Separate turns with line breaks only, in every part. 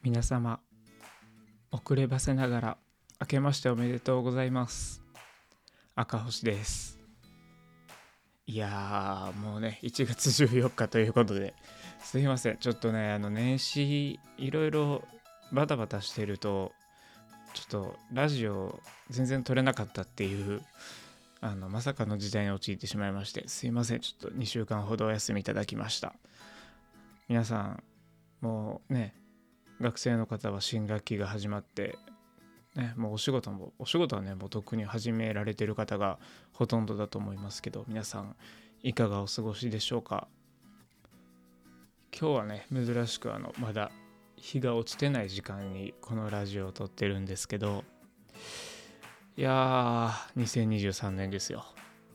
皆様遅ればせながら明けましておめでとうございます。赤星です。いやもうね1月14日ということで、すいません、ちょっとね年始いろいろバタバタしてるとちょっとラジオ全然撮れなかったっていうまさかの時代に陥ってしまいまして、すいません、ちょっと2週間ほどお休みいただきました。皆さんもうね、学生の方は新学期が始まって、もうお仕事はねもう特に始められてる方がほとんどだと思いますけど、皆さんいかがお過ごしでしょうか。今日はね珍しくまだ日が落ちてない時間にこのラジオを撮ってるんですけど、いやー2023年ですよ。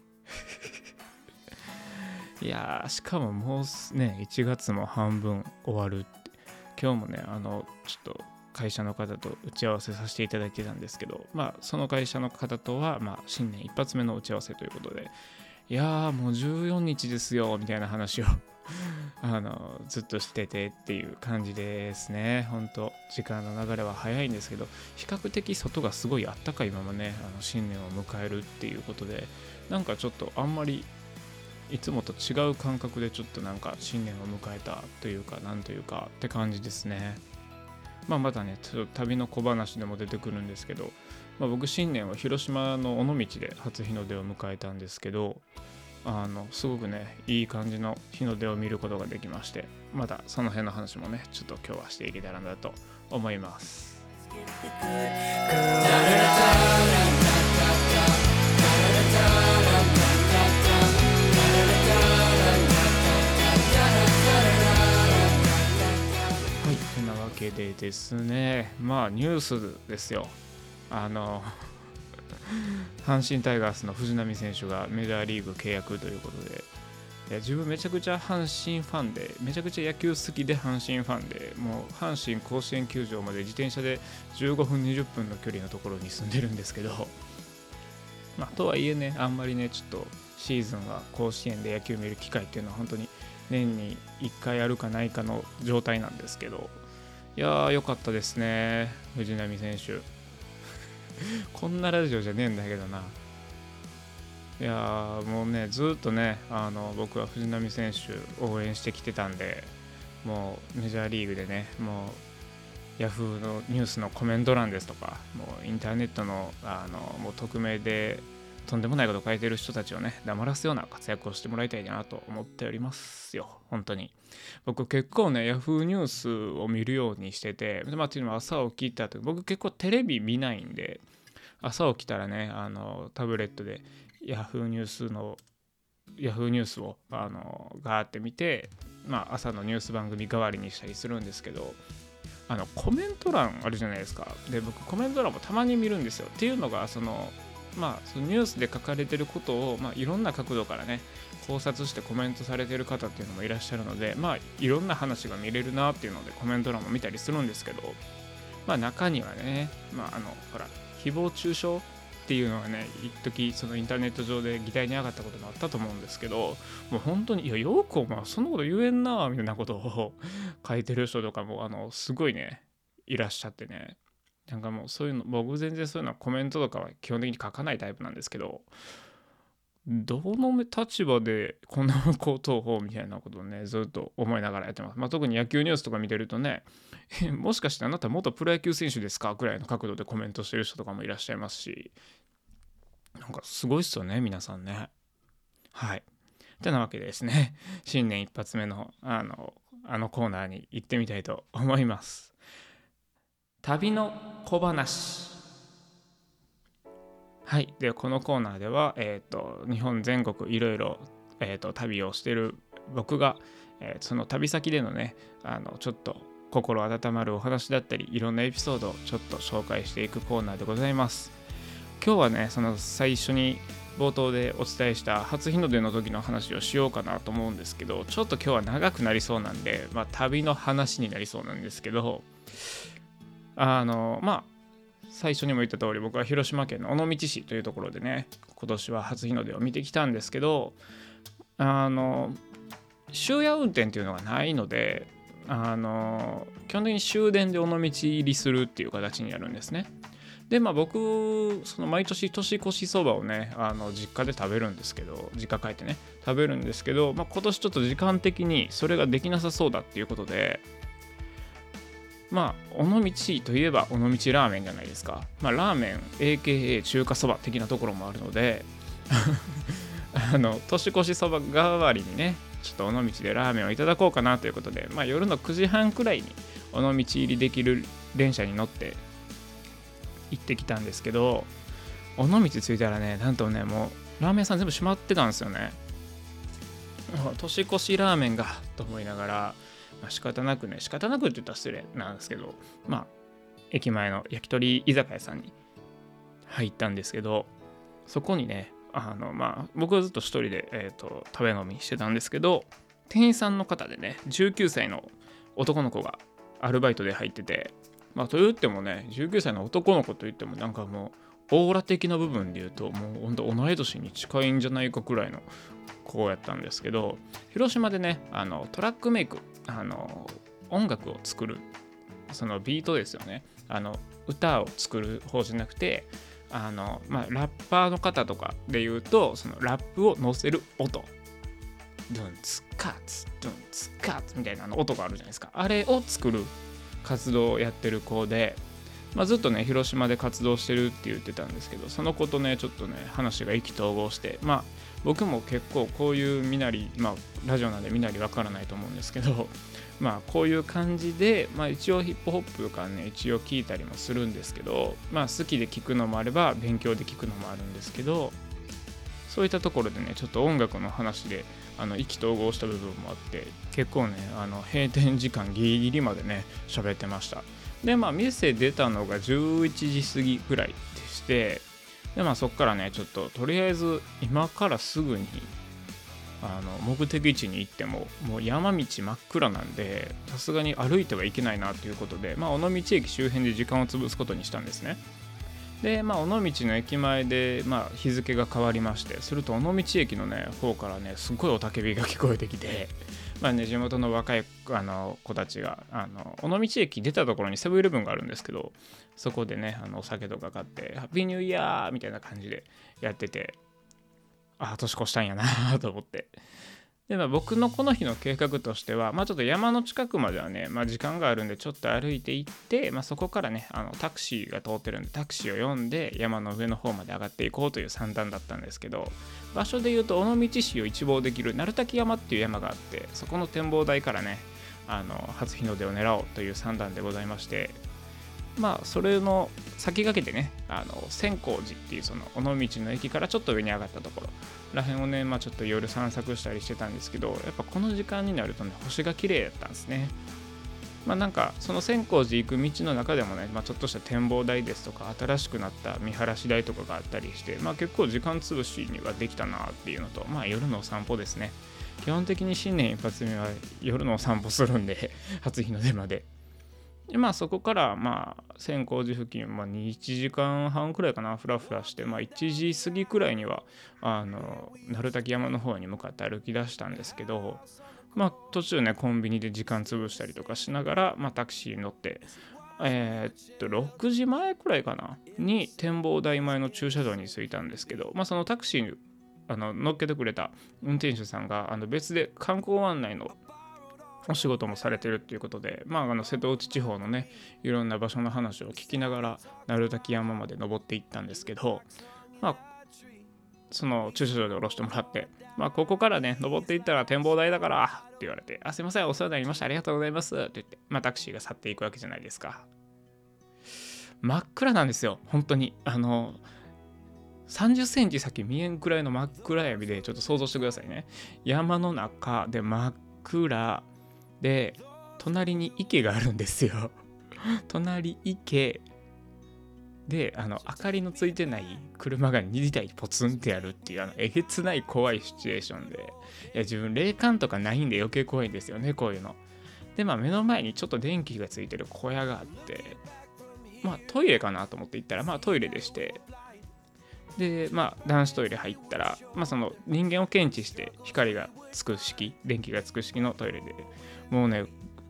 いやーしかももうね1月も半分終わるって。今日もねちょっと会社の方と打ち合わせさせていただいてたんですけど、その会社の方とは新年一発目の打ち合わせということで、いやーもう14日ですよみたいな話をずっとしててっていう感じですね。本当時間の流れは早いんですけど、比較的外がすごいあったかいままね新年を迎えるっていうことで、なんかちょっとあんまりいつもと違う感覚でちょっとなんか新年を迎えたというかなんというかって感じですね。またねちょっと旅の小話でも出てくるんですけど、僕新年は広島の尾道で初日の出を迎えたんですけど、すごくねいい感じの日の出を見ることができまして、またその辺の話もねちょっと今日はしていけたらなと思います。はい、てなわけでですね、ニュースですよ。阪神タイガースの藤浪選手がメジャーリーグ契約ということで、自分めちゃくちゃ阪神ファンで、めちゃくちゃ野球好きで阪神ファンで、もう阪神甲子園球場まで自転車で15分20分の距離のところに住んでるんですけど、とはいえね、あんまりねちょっとシーズンは甲子園で野球見る機会っていうのは本当に年に1回あるかないかの状態なんですけど、いやー良かったですね、藤浪選手。こんなラジオじゃねえんだけどな。いやーもうねずっとね僕は藤浪選手応援してきてたんで、もうメジャーリーグでねもうヤフーのニュースのコメント欄ですとか、もうインターネットのもう匿名でとんでもないこと書いてる人たちをね黙らすような活躍をしてもらいたいなと思っておりますよ。本当に僕結構ねヤフーニュースを見るようにしてて、っていうのは朝起きたと、僕結構テレビ見ないんで、朝起きたらねタブレットでヤフーニュースをガーって見て、朝のニュース番組代わりにしたりするんですけど、コメント欄あるじゃないですか。で僕コメント欄もたまに見るんですよ。っていうのがそのニュースで書かれてることを、いろんな角度からね考察してコメントされてる方っていうのもいらっしゃるので、いろんな話が見れるなっていうのでコメント欄も見たりするんですけど、中にはねほら誹謗中傷っていうのはね一時そのインターネット上で議題に上がったこともあったと思うんですけど、もう本当にいやよくそんなこと言えんなみたいなことを書いてる人とかもすごいねいらっしゃってね、なんかもうそういうの僕全然そういうのはコメントとかは基本的に書かないタイプなんですけど、どの立場でこんなことをみたいなことをねずっと思いながらやってます。特に野球ニュースとか見てるとねもしかしてあなた元プロ野球選手ですかくらいの角度でコメントしてる人とかもいらっしゃいますし、なんかすごいっすよね皆さんね。はい。てなわけでですね、新年一発目のコーナーに行ってみたいと思います。旅の小話。はい。でこのコーナーでは日本全国いろいろ旅をしてる僕が、その旅先でのねちょっと心温まるお話だったりいろんなエピソードをちょっと紹介していくコーナーでございます。今日はねその最初に冒頭でお伝えした初日の出の時の話をしようかなと思うんですけど、ちょっと今日は長くなりそうなんで、旅の話になりそうなんですけど、最初にも言った通り僕は広島県の尾道市というところでね今年は初日の出を見てきたんですけど、終夜運転っていうのがないので、 基本的に終電で尾道入りするっていう形になるんですね。で僕その毎年年越しそばをね実家で食べるんですけど、実家帰ってね食べるんですけど、今年ちょっと時間的にそれができなさそうだっていうことで、尾道といえば尾道ラーメンじゃないですか。ラーメン AKA 中華そば的なところもあるので年越しそば代わりにねちょっと尾道でラーメンをいただこうかなということで、夜の9時半くらいに尾道入りできる電車に乗って行ってきたんですけど、尾道着いたらね、なんとねもうラーメン屋さん全部閉まってたんですよね。年越しラーメンがと思いながら、仕方なくって言ったら失礼なんですけど、駅前の焼き鳥居酒屋さんに入ったんですけど、そこにね僕はずっと一人で、食べ飲みしてたんですけど、店員さんの方でね19歳の男の子がアルバイトで入ってて、と言ってもね19歳の男の子といってもなんかもうオーラ的な部分で言うともうほんと同い年に近いんじゃないかくらいの子やったんですけど、広島でねトラックメイク音楽を作るそのビートですよね、歌を作る方じゃなくてラッパーの方とかで言うとそのラップを乗せる音ドゥンツカツドゥンツカツみたいな音があるじゃないですか。あれを作る活動をやってる子で、ずっとね広島で活動してるって言ってたんですけど、その子とねちょっとね話が意気投合して、僕も結構こういう身なり、ラジオなんで身なりわからないと思うんですけどこういう感じで、一応ヒップホップからね一応聞いたりもするんですけど、好きで聞くのもあれば勉強で聞くのもあるんですけど、そういったところでねちょっと音楽の話で意気投合した部分もあって、結構ね閉店時間ギリギリまでね喋ってました。で店出たのが11時過ぎぐらいでして、でそっからねちょっととりあえず今からすぐに目的地に行ってももう山道真っ暗なんでさすがに歩いてはいけないなということで、尾道駅周辺で時間を潰すことにしたんですね。で尾道の駅前で、日付が変わりまして、すると尾道駅のね方からねすごい雄たけびが聞こえてきて、地元の若い子たちが尾道駅出たところにセブンイレブンがあるんですけど、そこでねお酒とか買ってハッピーニューイヤーみたいな感じでやってて、年越したんやなと思って。で僕のこの日の計画としては、ちょっと山の近くまではね、時間があるんでちょっと歩いて行って、そこからねタクシーが通ってるんでタクシーを呼んで山の上の方まで上がっていこうという算段だったんですけど、場所で言うと尾道市を一望できる鳴滝山っていう山があって、そこの展望台からね初日の出を狙おうという算段でございまして、それの先駆けてね千光寺っていうその尾道の駅からちょっと上に上がったところらへんをねちょっと夜散策したりしてたんですけど、やっぱこの時間になるとね星が綺麗だったんですね。なんかその千光寺行く道の中でもね、ちょっとした展望台ですとか新しくなった見晴らし台とかがあったりして、結構時間潰しにはできたなっていうのと、夜のお散歩ですね。基本的に新年一発目は夜のお散歩するんで初日の出まで。でそこから千光寺付近、1時間半くらいかなフラフラして、1時過ぎくらいには鳴滝山の方に向かって歩き出したんですけど、途中ねコンビニで時間潰したりとかしながら、タクシーに乗って6時前くらいかなに展望台前の駐車場に着いたんですけど、そのタクシーに乗っけてくれた運転手さんが別で観光案内のお仕事もされてるっていうことで、瀬戸内地方のねいろんな場所の話を聞きながら鳴滝山まで登っていったんですけど、その駐車場で降ろしてもらって、ここからね登っていったら展望台だからって言われて、すいませんお世話になりましたありがとうございますって言って、タクシーが去っていくわけじゃないですか。真っ暗なんですよ本当に。30センチ先見えんくらいの真っ暗闇で、ちょっと想像してくださいね。山の中で真っ暗で隣に池があるんですよ隣池で明かりのついてない車が2台ポツンってやるっていうえげつない怖いシチュエーションで、自分霊感とかないんで余計怖いんですよねこういうので。目の前にちょっと電気がついてる小屋があって、トイレかなと思って行ったらトイレでして、で男子トイレ入ったらその人間を検知して光がつく式電気がつく式のトイレで、もうね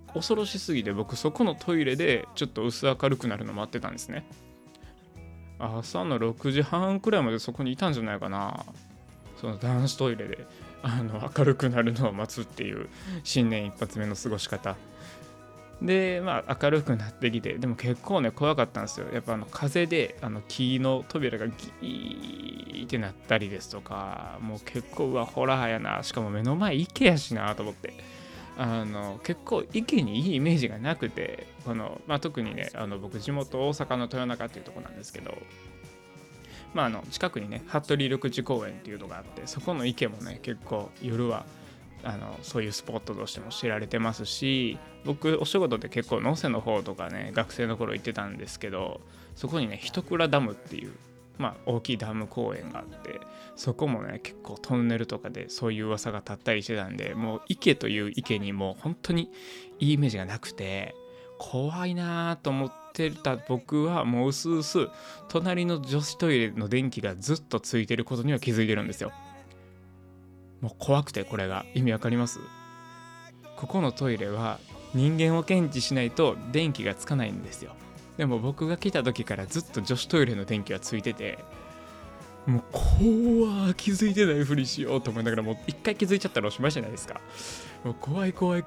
恐ろしすぎて、僕そこのトイレでちょっと薄明るくなるの待ってたんですね。朝の6時半くらいまでそこにいたんじゃないかな。その男子トイレで明るくなるのを待つっていう新年一発目の過ごし方で、明るくなってきて、でも結構ね怖かったんですよ。やっぱ風で木の扉がギーってなったりですとか、もう結構ホラーやな。しかも目の前池やしなと思って、結構池にいいイメージがなくて、特にね僕地元大阪の豊中っていうとこなんですけど、近くにね服部緑地公園っていうのがあって、そこの池もね結構夜はそういうスポットとしても知られてますし、僕お仕事で結構能勢の方とかね学生の頃行ってたんですけど、そこにね一倉ダムっていう大きいダム公園があって、そこもね結構トンネルとかでそういう噂が立ったりしてたんで、もう池という池にもう本当にいいイメージがなくて怖いなと思ってた僕は、もううすうす隣の女子トイレの電気がずっとついてることには気づいてるんですよ。もう怖くて、これが意味わかります？ここのトイレは人間を検知しないと電気がつかないんですよ。でも僕が来た時からずっと女子トイレの電気はついてて、もう気づいてないふりしようと思いながら、もう一回気づいちゃったらおしまいじゃないですか。もう怖いと思って、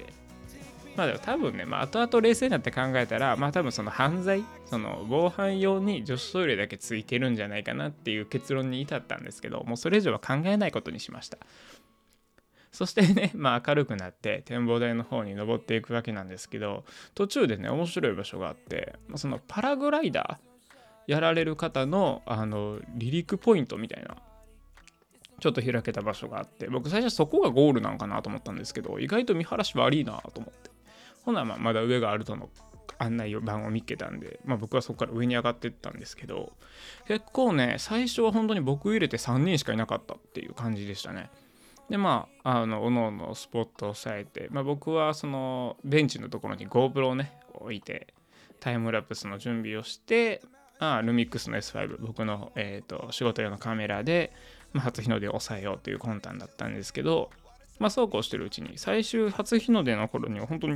でも多分ね、後々冷静になって考えたら、多分その犯罪、その防犯用に女子トイレだけついてるんじゃないかなっていう結論に至ったんですけど、もうそれ以上は考えないことにしました。そしてね、明るくなって展望台の方に登っていくわけなんですけど、途中でね面白い場所があって、そのパラグライダーやられる方の離陸ポイントみたいなちょっと開けた場所があって、僕最初そこがゴールなんかなと思ったんですけど、意外と見晴らし悪いなと思って、ほなまだ上があるとの案内板を見っけたんで、僕はそこから上に上がっていったんですけど、結構ね最初は本当に僕入れて3人しかいなかったっていう感じでしたね。でおのおのスポットを押さえて、僕はそのベンチのところに GoPro をね置いてタイムラプスの準備をして、ルミックスの S5 僕の、仕事用のカメラで、初日の出を抑えようという魂胆だったんですけど、そうこうしてるうちに最終初日の出の頃には本当に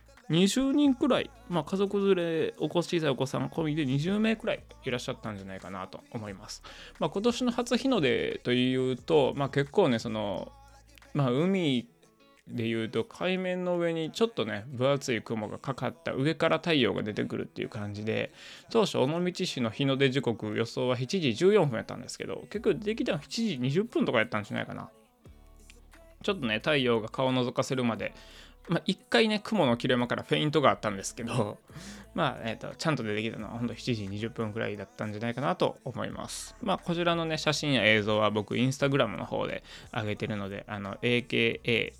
20人くらい、家族連れ小さいお子さん込みで20名くらいいらっしゃったんじゃないかなと思います。今年の初日の出というと、結構ねその海でいうと海面の上にちょっとね分厚い雲がかかった上から太陽が出てくるっていう感じで、当初尾道市の日の出時刻予想は7時14分やったんですけど、結局できたの7時20分とかやったんじゃないかな。ちょっとね太陽が顔を覗かせるまで、一回ね雲の切れ間からフェイントがあったんですけど、ちゃんと出てきたのはほんと7時20分くらいだったんじゃないかなと思います。こちらのね写真や映像は僕インスタグラムの方で上げてるので、AKA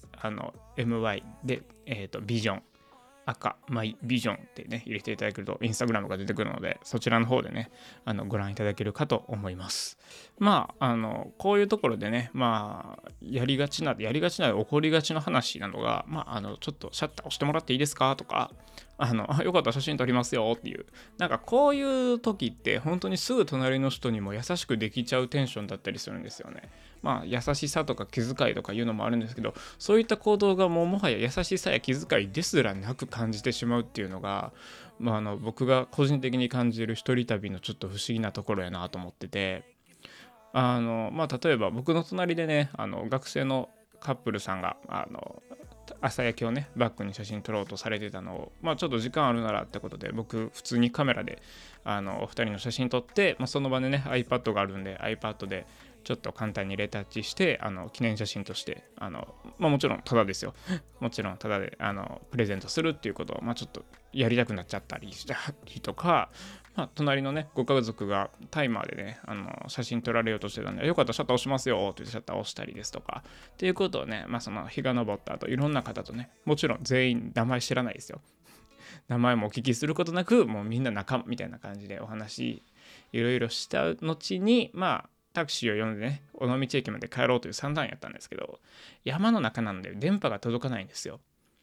MY でビジョン赤マイビジョンってね入れていただけるとインスタグラムが出てくるので、そちらの方でねご覧いただけるかと思います。こういうところでねやりがちな起こりがちな話なのが、ちょっとシャッター押してもらっていいですかとか、よかったら写真撮りますよっていう、こういう時って本当にすぐ隣の人にも優しくできちゃうテンションだったりするんですよね。優しさとか気遣いとかいうのもあるんですけど、そういった行動がもはや優しさや気遣いですらなく感じてしまうっていうのが、僕が個人的に感じる一人旅のちょっと不思議なところやなと思ってて、例えば僕の隣でね学生のカップルさんが朝焼けをねバックに写真撮ろうとされてたのを、ちょっと時間あるならってことで僕普通にカメラでお二人の写真撮って、その場でね iPad があるんで iPad でちょっと簡単にレタッチして記念写真としてもちろんタダですよもちろんタダでプレゼントするっていうことをちょっとやりたくなっちゃったりしたりとか、隣のねご家族がタイマーでね写真撮られようとしてたんで、よかったらシャッター押しますよって言ってシャッター押したりですとかっていうことをね、その日が昇った後いろんな方とね、もちろん全員名前知らないですよ、名前もお聞きすることなくもうみんな仲間みたいな感じでお話いろいろした後にタクシーを呼んでね尾道駅まで帰ろうという算段やったんですけど、山の中なんで電波が届かないんですよ。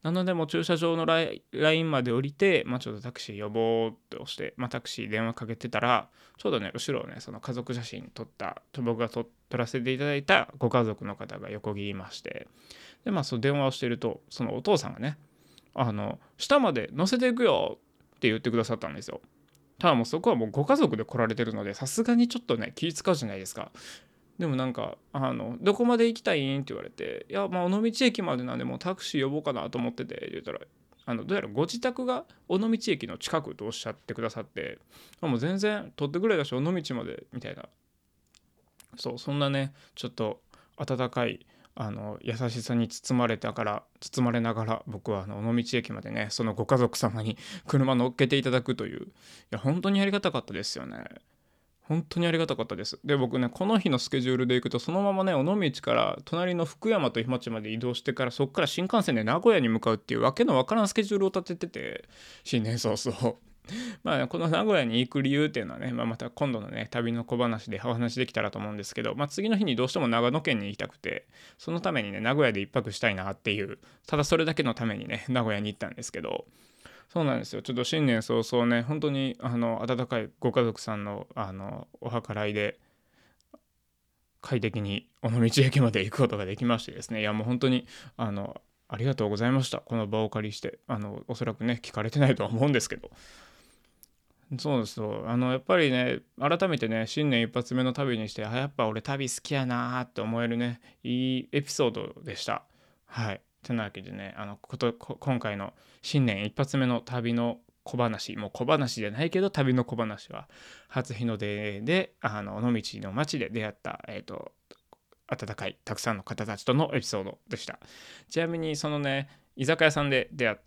なのでもう駐車場のラインまで降りて、ちょっとタクシー呼ぼうって押して、タクシー電話かけてたら、ちょうどね後ろをねその家族写真撮った僕が撮らせていただいたご家族の方が横切りまして、でその電話をしていると、そのお父さんがね下まで乗せていくよって言ってくださったんですよ。ただもうそこはもうご家族で来られてるので、さすがにちょっとね気使うじゃないですか。でもなんかどこまで行きたいんって言われて、いや尾道駅までなんでもうタクシー呼ぼうかなと思ってて言ったら、どうやらご自宅が尾道駅の近くとおっしゃってくださって、もう全然取ってくらいだし尾道までみたいな、そんなねちょっと温かい優しさに包まれながら僕は尾道駅までねそのご家族様に車乗っけていただくという、いや本当にありがたかったですよね。本当にありがたかったです。で僕ねこの日のスケジュールで行くと、そのままね尾道から隣の福山と日町まで移動してから、そこから新幹線で名古屋に向かうっていうわけのわからんスケジュールを立ててて、新年早々この名古屋に行く理由っていうのはね、また今度のね旅の小話でお話できたらと思うんですけど、次の日にどうしても長野県に行きたくて、そのためにね名古屋で一泊したいなっていう、ただそれだけのためにね名古屋に行ったんですけど、そうなんですよ。ちょっと新年早々ね本当に温かいご家族さんのお計らいで快適に尾道駅まで行くことができましてですね、いやもう本当にありがとうございました。この場をお借りしておそらくね聞かれてないとは思うんですけど、そうですよ。やっぱりね改めてね新年一発目の旅にして、やっぱ俺旅好きやなーって思えるねいいエピソードでした。はい。てなわけでね今回の新年一発目の旅の小話、もう小話じゃないけど旅の小話は、初日の出で尾道の町で出会った温かいたくさんの方たちとのエピソードでした。ちなみにそのね居酒屋さんで出会った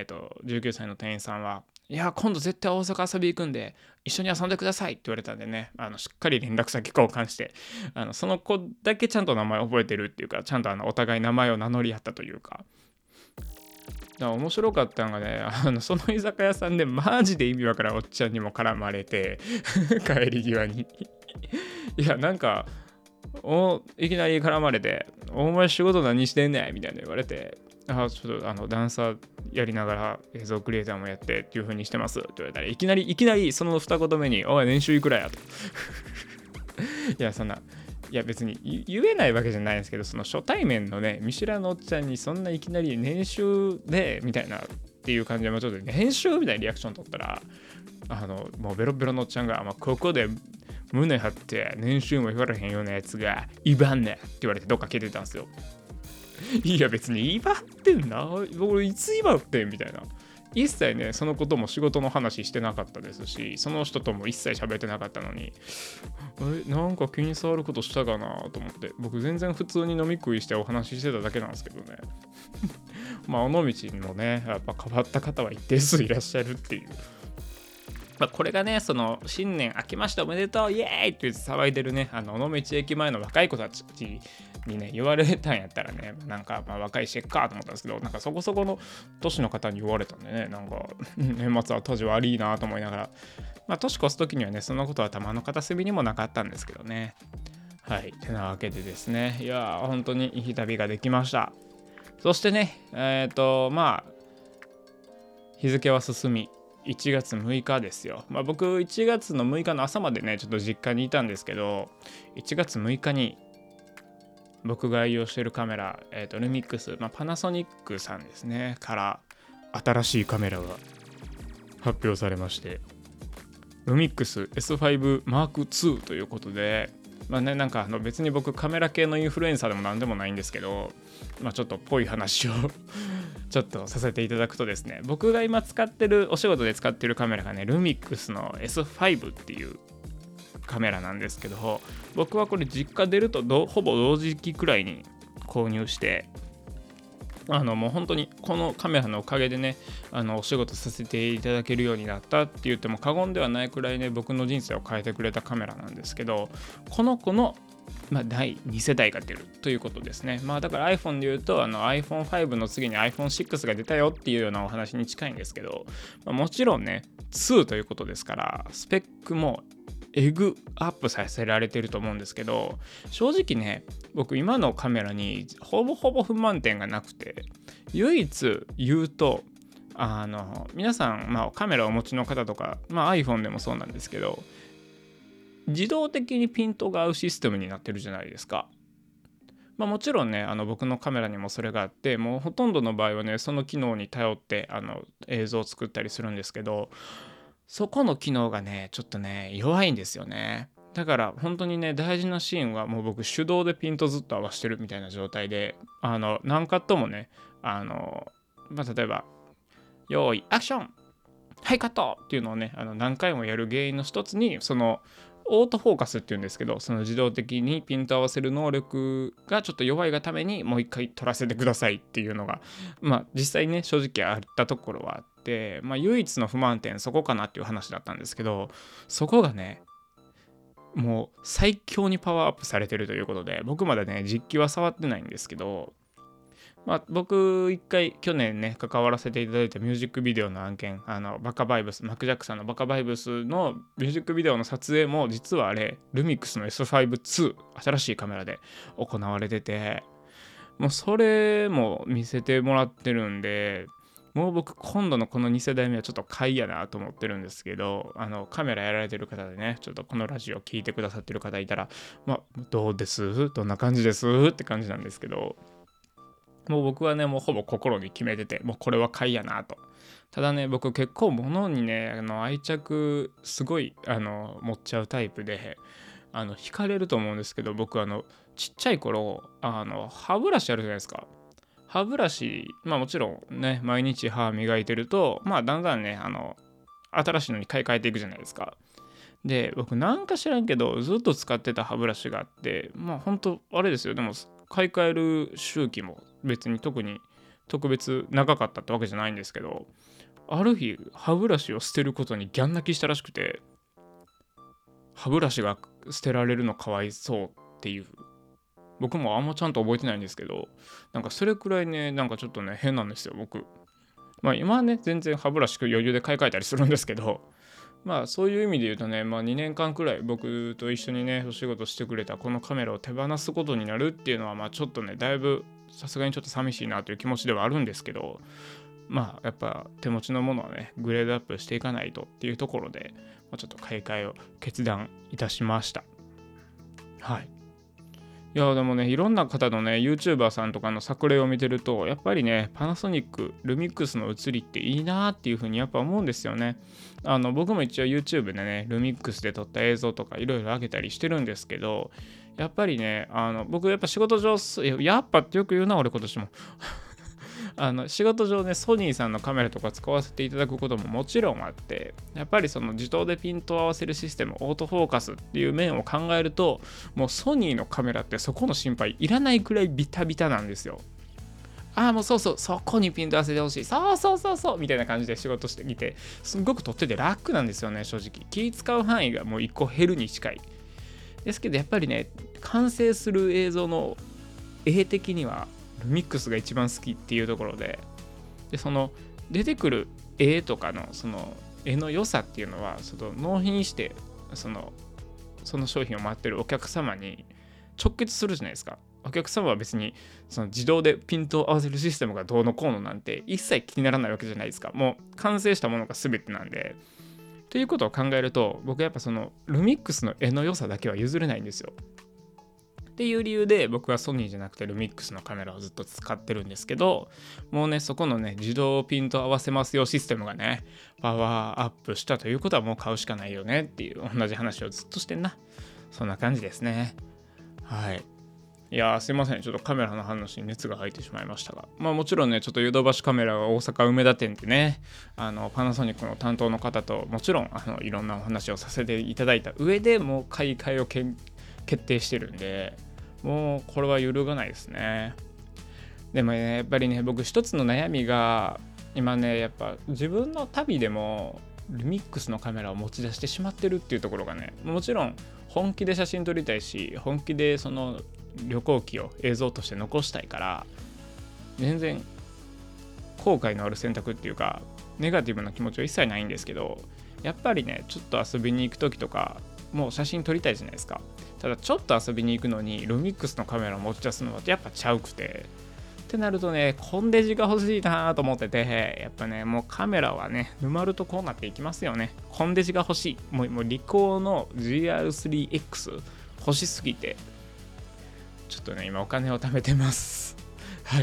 、19歳の店員さんは、いや今度絶対大阪遊び行くんで一緒に遊んでくださいって言われたんでね、しっかり連絡先交換して、その子だけちゃんと名前覚えてるっていうか、ちゃんとお互い名前を名乗り合ったというか、だから面白かったのがねその居酒屋さんでマジで意味わからんおっちゃんにも絡まれて帰り際にいやなんかいきなり絡まれて、お前仕事何してんねんみたいな言われて、ちょっとダンサーやりながら映像クリエイターもやってっていう風にしてますって言われたら、いきなりその二言目に、おい年収いくらやといやいや別に言えないわけじゃないんですけど、その初対面のね見知らぬおっちゃんにそんないきなり年収でみたいなっていう感じで、もうちょっと年収みたいなリアクション取ったら、もうベロベロのおっちゃんが、ここで胸張って年収も言われへんようなやつが威張んねって言われてどっか消えてたんですよ。いや別に威張ってんな、俺いつ威張ってんみたいな。一切ねそのことも仕事の話してなかったですし、その人とも一切喋ってなかったのに、なんか気に障ることしたかなと思って、僕全然普通に飲み食いしてお話ししてただけなんですけどね尾道にもねやっぱ変わった方は一定数いらっしゃるっていう、これがねその新年明けましておめでとうイエーイって騒いでるね尾道駅前の若い子たちにね言われたんやったらね、なんか若いシェッカーと思ったんですけど、なんかそこそこの年の方に言われたんでね、なんか年末は当時悪いなと思いながら、年越す時にはねそんなことは頭の片隅にもなかったんですけどね。はい、てなわけでですね、いや本当にいい旅ができました。そしてね日付は進み1月6日ですよ。僕1月の6日の朝までねちょっと実家にいたんですけど、1月6日に僕が愛用しているカメラ、ルミックス、パナソニックさんですねから新しいカメラが発表されまして、ルミックス S5 M2 ということで、なんか別に僕カメラ系のインフルエンサーでもなんでもないんですけど、ちょっとぽい話をちょっとさせていただくとですね、僕が今お仕事で使ってるカメラがねルミックスの S5 っていうカメラなんですけど、僕はこれ実家出るとほぼ同時期くらいに購入して、もう本当にこのカメラのおかげでねお仕事させていただけるようになったって言っても過言ではないくらいね僕の人生を変えてくれたカメラなんですけど、この子の第2世代が出るということですね。だから iPhone で言うとiPhone5 の次に iPhone6 が出たよっていうようなお話に近いんですけど、もちろんね2ということですからスペックもエグアップさせられてると思うんですけど、正直ね僕今のカメラにほぼ不満点がなくて、 唯一言うと皆さん、カメラをお持ちの方とか、iPhone でもそうなんですけど、自動的にピントが合うシステムになってるじゃないですか。もちろんね僕のカメラにもそれがあって、もうほとんどの場合はねその機能に頼って映像を作ったりするんですけど、そこの機能がねちょっとね弱いんですよね。だから本当にね大事なシーンはもう僕手動でピントずっと合わせてるみたいな状態で、何カットもね例えば用意アクションはいカットっていうのをね何回もやる原因の一つにそのオートフォーカスっていうんですけど、その自動的にピント合わせる能力がちょっと弱いがためにもう一回撮らせてくださいっていうのが実際ね正直あったところはあって、唯一の不満点そこかなっていう話だったんですけど、そこがねもう最強にパワーアップされてるということで、僕まだね実機は触ってないんですけど、僕一回去年ね関わらせていただいたミュージックビデオの案件、バカバイブス、マクジャックさんのバカバイブスのミュージックビデオの撮影も実はあれルミックスの S5-2 新しいカメラで行われてて、もうそれも見せてもらってるんで、もう僕今度のこの2世代目はちょっと買いやなと思ってるんですけど、カメラやられてる方でねちょっとこのラジオ聞いてくださってる方いたら、どうですどんな感じですって感じなんですけど、もう僕はねもうほぼ心に決めてて、もうこれは買いやなと。ただね僕結構物にね愛着すごい持っちゃうタイプで、惹かれると思うんですけど、僕ちっちゃい頃歯ブラシあるじゃないですか。歯ブラシもちろんね毎日歯磨いてるとだんだんね新しいのに買い替えていくじゃないですか。で僕なんか知らんけどずっと使ってた歯ブラシがあって、本当あれですよ。でも買い替える周期も別に特別長かったってわけじゃないんですけど、ある日歯ブラシを捨てることにギャン泣きしたらしくて、歯ブラシが捨てられるのかわいそうっていう、僕もあんまちゃんと覚えてないんですけど、なんかそれくらいねなんかちょっとね変なんですよ僕。今はね全然歯ブラシ余裕で買い替えたりするんですけど、そういう意味で言うとね、2年間くらい僕と一緒にねお仕事してくれたこのカメラを手放すことになるっていうのはちょっとねだいぶさすがにちょっと寂しいなという気持ちではあるんですけど、やっぱ手持ちのものはねグレードアップしていかないとっていうところで、ちょっと買い替えを決断いたしました。はい。いやでもねいろんな方のね YouTuber さんとかの作例を見てると、やっぱりねパナソニックルミックスの写りっていいなっていう風にやっぱ思うんですよね。僕も一応 YouTube でねルミックスで撮った映像とかいろいろ上げたりしてるんですけど、やっぱりね僕やっぱ仕事上やっぱってよく言うな俺今年も仕事上ねソニーさんのカメラとか使わせていただくことももちろんあって、やっぱりその自動でピントを合わせるシステムオートフォーカスっていう面を考えると、もうソニーのカメラってそこの心配いらないくらいビタビタなんですよ。もうそうそうそこにピント合わせてほしい、そうみたいな感じで仕事してきて、すごく撮ってて楽なんですよね。正直気使う範囲がもう1個減るに近いですけど、やっぱりね完成する映像の絵的にはルミックスが一番好きっていうところで、その出てくる絵とかのその絵の良さっていうのはその納品してその商品を待ってるお客様に直結するじゃないですか。お客様は別にその自動でピントを合わせるシステムがどうのこうのなんて一切気にならないわけじゃないですか。もう完成したものが全てなんで。ということを考えると、僕はやっぱそのルミックスの絵の良さだけは譲れないんですよ。っていう理由で僕はソニーじゃなくてルミックスのカメラをずっと使ってるんですけど、もうねそこのね自動ピント合わせますよシステムがねパワーアップしたということはもう買うしかないよねっていう同じ話をずっとしてんな。そんな感じですね。はい。いやーすいません、ちょっとカメラの話に熱が入ってしまいましたが、もちろんねちょっとヨドバシカメラが大阪梅田店でねパナソニックの担当の方ともちろんいろんなお話をさせていただいた上でもう買い替えを決定してるんで、もうこれは揺るがないですね。でもねやっぱりね僕一つの悩みが今ね、やっぱ自分の旅でもルミックスのカメラを持ち出してしまってるっていうところがね、もちろん本気で写真撮りたいし本気でその旅行記を映像として残したいから、全然後悔のある選択っていうかネガティブな気持ちは一切ないんですけど、やっぱりねちょっと遊びに行く時とかもう写真撮りたいじゃないですか。ただちょっと遊びに行くのにルミックスのカメラを持ち出すのはやっぱちゃうくて、 ってなるとね、コンデジが欲しいなと思ってて、やっぱね、もうカメラはね、沼るとこうなっていきますよね。コンデジが欲しい。もうリコーの GR3X 欲しすぎて、ちょっとね、今お金を貯めてます。はい。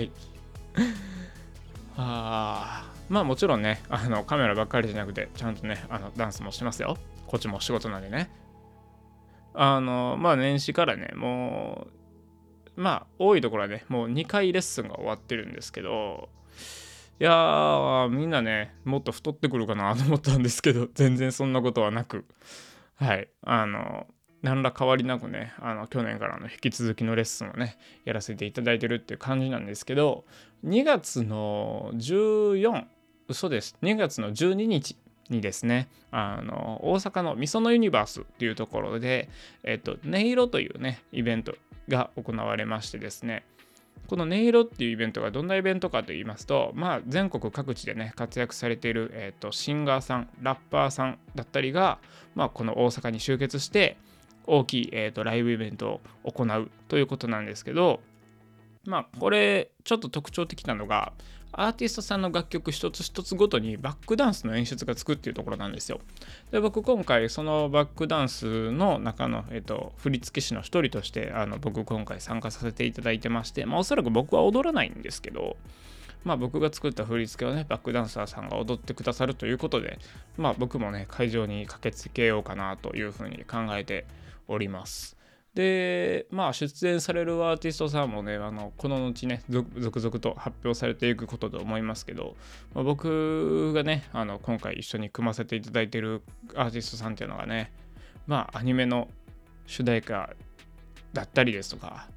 まあもちろんね、カメラばっかりじゃなくて、ちゃんとね、ダンスもしてますよ。こっちも仕事なんでね。まあ年始からね、もまあ多いところはねもう2回レッスンが終わってるんですけど、いやーみんなねもっと太ってくるかなと思ったんですけど、全然そんなことはなく、はい何ら変わりなくね去年からの引き続きのレッスンをねやらせていただいてるっていう感じなんですけど、2月の14嘘です2月の12日にですね大阪のみそのユニバースっていうところで音色というねイベントが行われましてですね、この音色っていうイベントがどんなイベントかと言いますと、まあ、全国各地でね活躍されている、シンガーさんラッパーさんだったりが、まあ、この大阪に集結して大きい、ライブイベントを行うということなんですけど、まあこれちょっと特徴的なのがアーティストさんの楽曲一つ一つごとにバックダンスの演出がつくっていうところなんですよ。で僕今回そのバックダンスの中の、振付師の一人として僕今回参加させていただいてまして、まあ、おそらく僕は踊らないんですけど、まあ、僕が作った振り付けをねバックダンサーさんが踊ってくださるということで、まあ、僕もね会場に駆けつけようかなというふうに考えております。でまあ出演されるアーティストさんもねこの後ね続々と発表されていくことと思いますけど、まあ、僕がね今回一緒に組ませていただいているアーティストさんっていうのがね、まあアニメの主題歌だったりですとか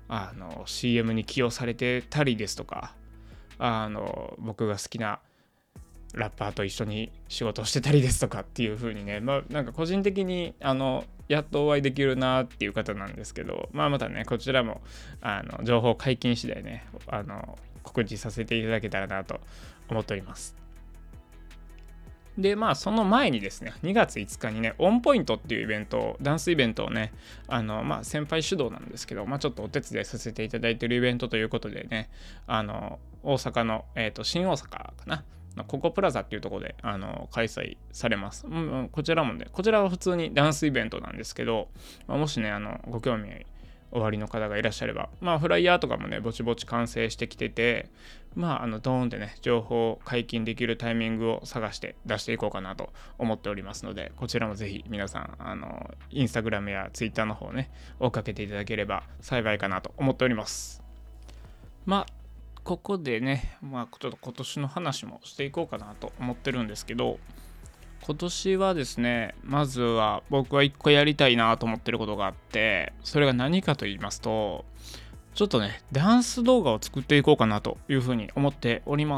CM に起用されてたりですとか僕が好きなラッパーと一緒に仕事をしてたりですとかっていう風にね、まあなんか個人的にやっとお会いできるなっていう方なんですけど、まあまたねこちらも情報解禁次第ね告知させていただけたらなと思っております。でまあその前にですね2月5日にねオンポイントっていうイベントダンスイベントをねまあ先輩主導なんですけど、まあちょっとお手伝いさせていただいているイベントということでね大阪の新大阪かなココプラザっていうところで開催されます、こちらもねこちらは普通にダンスイベントなんですけど、まあ、もしねご興味おありの方がいらっしゃれば、まあフライヤーとかもねぼちぼち完成してきてて、まあドーンってね情報を解禁できるタイミングを探して出していこうかなと思っておりますので、こちらもぜひ皆さんインスタグラムやツイッターの方ね追っかけていただければ幸いかなと思っております。まあここでね、まあちょっと今年の話もしていこうかなと思ってるんですけど、今年はですねまずは僕は一個やりたいなと思ってることがあって、それが何かと言いますとちょっとねダンス動画を作っていこうかなというふうに思っております。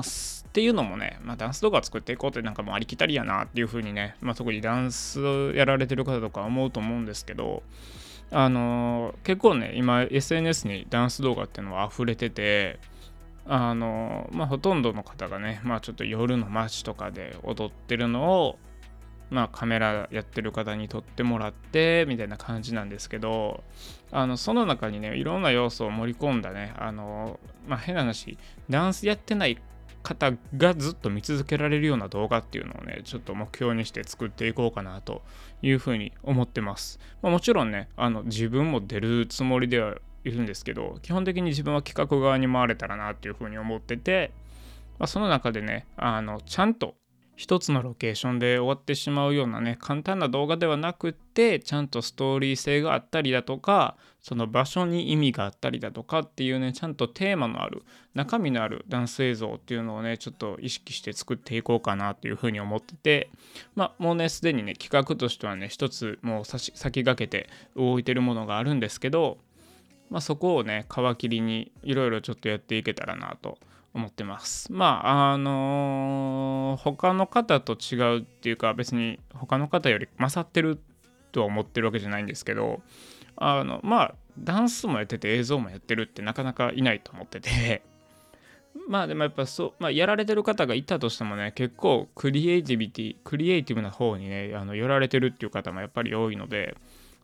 っていうのもね、まあ、ダンス動画を作っていこうってなんかもうありきたりやなっていうふうにね、まあ、特にダンスやられてる方とか思うと思うんですけど、結構ね今 SNS にダンス動画っていうのは溢れてて、まあほとんどの方がね、まあちょっと夜の街とかで踊ってるのをまあカメラやってる方に撮ってもらってみたいな感じなんですけど、その中にねいろんな要素を盛り込んだねまあ変な話ダンスやってない方がずっと見続けられるような動画っていうのをねちょっと目標にして作っていこうかなというふうに思ってます。まあ、もちろんね自分も出るつもりではいるんですけど、基本的に自分は企画側に回れたらなっていうふうに思ってて、まあ、その中でねちゃんと一つのロケーションで終わってしまうようなね簡単な動画ではなくって、ちゃんとストーリー性があったりだとかその場所に意味があったりだとかっていうねちゃんとテーマのある中身のあるダンス映像っていうのをねちょっと意識して作っていこうかなっていうふうに思ってて、まあもうねすでにね企画としてはね一つもう先駆けて動いてるものがあるんですけど、まあそこをね皮切りにいろいろちょっとやっていけたらなと思ってます。まあ他の方と違うっていうか別に他の方より勝ってるとは思ってるわけじゃないんですけど、まあダンスもやってて映像もやってるってなかなかいないと思っててまあでもやっぱそう、まあ、やられてる方がいたとしてもね結構クリエイティブな方にね寄られてるっていう方もやっぱり多いので、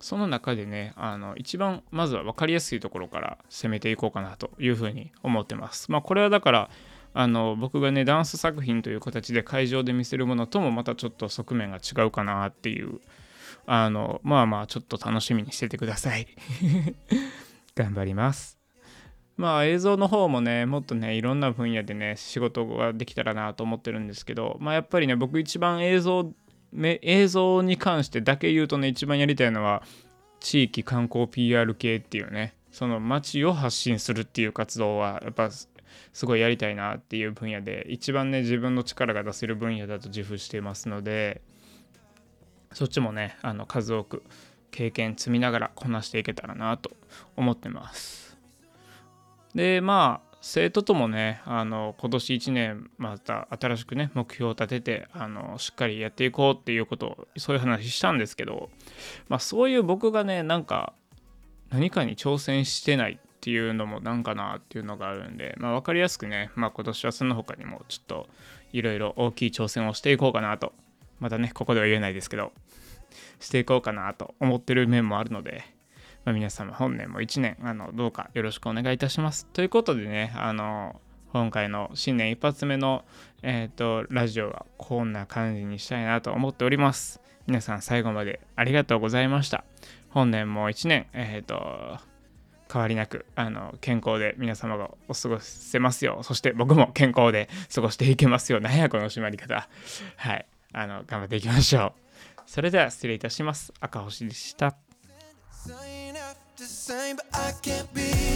その中でね、一番まずは分かりやすいところから攻めていこうかなというふうに思ってます。これはだから僕がねダンス作品という形で会場で見せるものともまたちょっと側面が違うかなっていう、ちょっと楽しみにしててください。頑張ります。映像の方もねもっとねいろんな分野でね仕事ができたらなと思ってるんですけど、やっぱりね僕一番映像に関してだけ言うとね一番やりたいのは地域観光 PR 系っていうね、その街を発信するっていう活動はやっぱすごいやりたいなっていう分野で一番ね自分の力が出せる分野だと自負していますので、そっちもね数多く経験積みながらこなしていけたらなと思ってます。で生徒ともね今年1年また新しくね目標を立ててしっかりやっていこうっていうことをそういう話したんですけど、そういう僕がね何かに挑戦してないっていうのもなんかなっていうのがあるんで、分かりやすくね今年はその他にもちょっといろいろ大きい挑戦をしていこうかなと、またねここでは言えないですけどしていこうかなと思ってる面もあるので、皆様本年も1年どうかよろしくお願いいたします。ということでね今回の新年一発目の、ラジオはこんな感じにしたいなと思っております。皆さん最後までありがとうございました。本年も1年変わりなく健康で皆様がお過ごせますよう、そして僕も健康で過ごしていけますよう、なんやこの締まり方、はい頑張っていきましょう。それでは失礼いたします。赤星でした。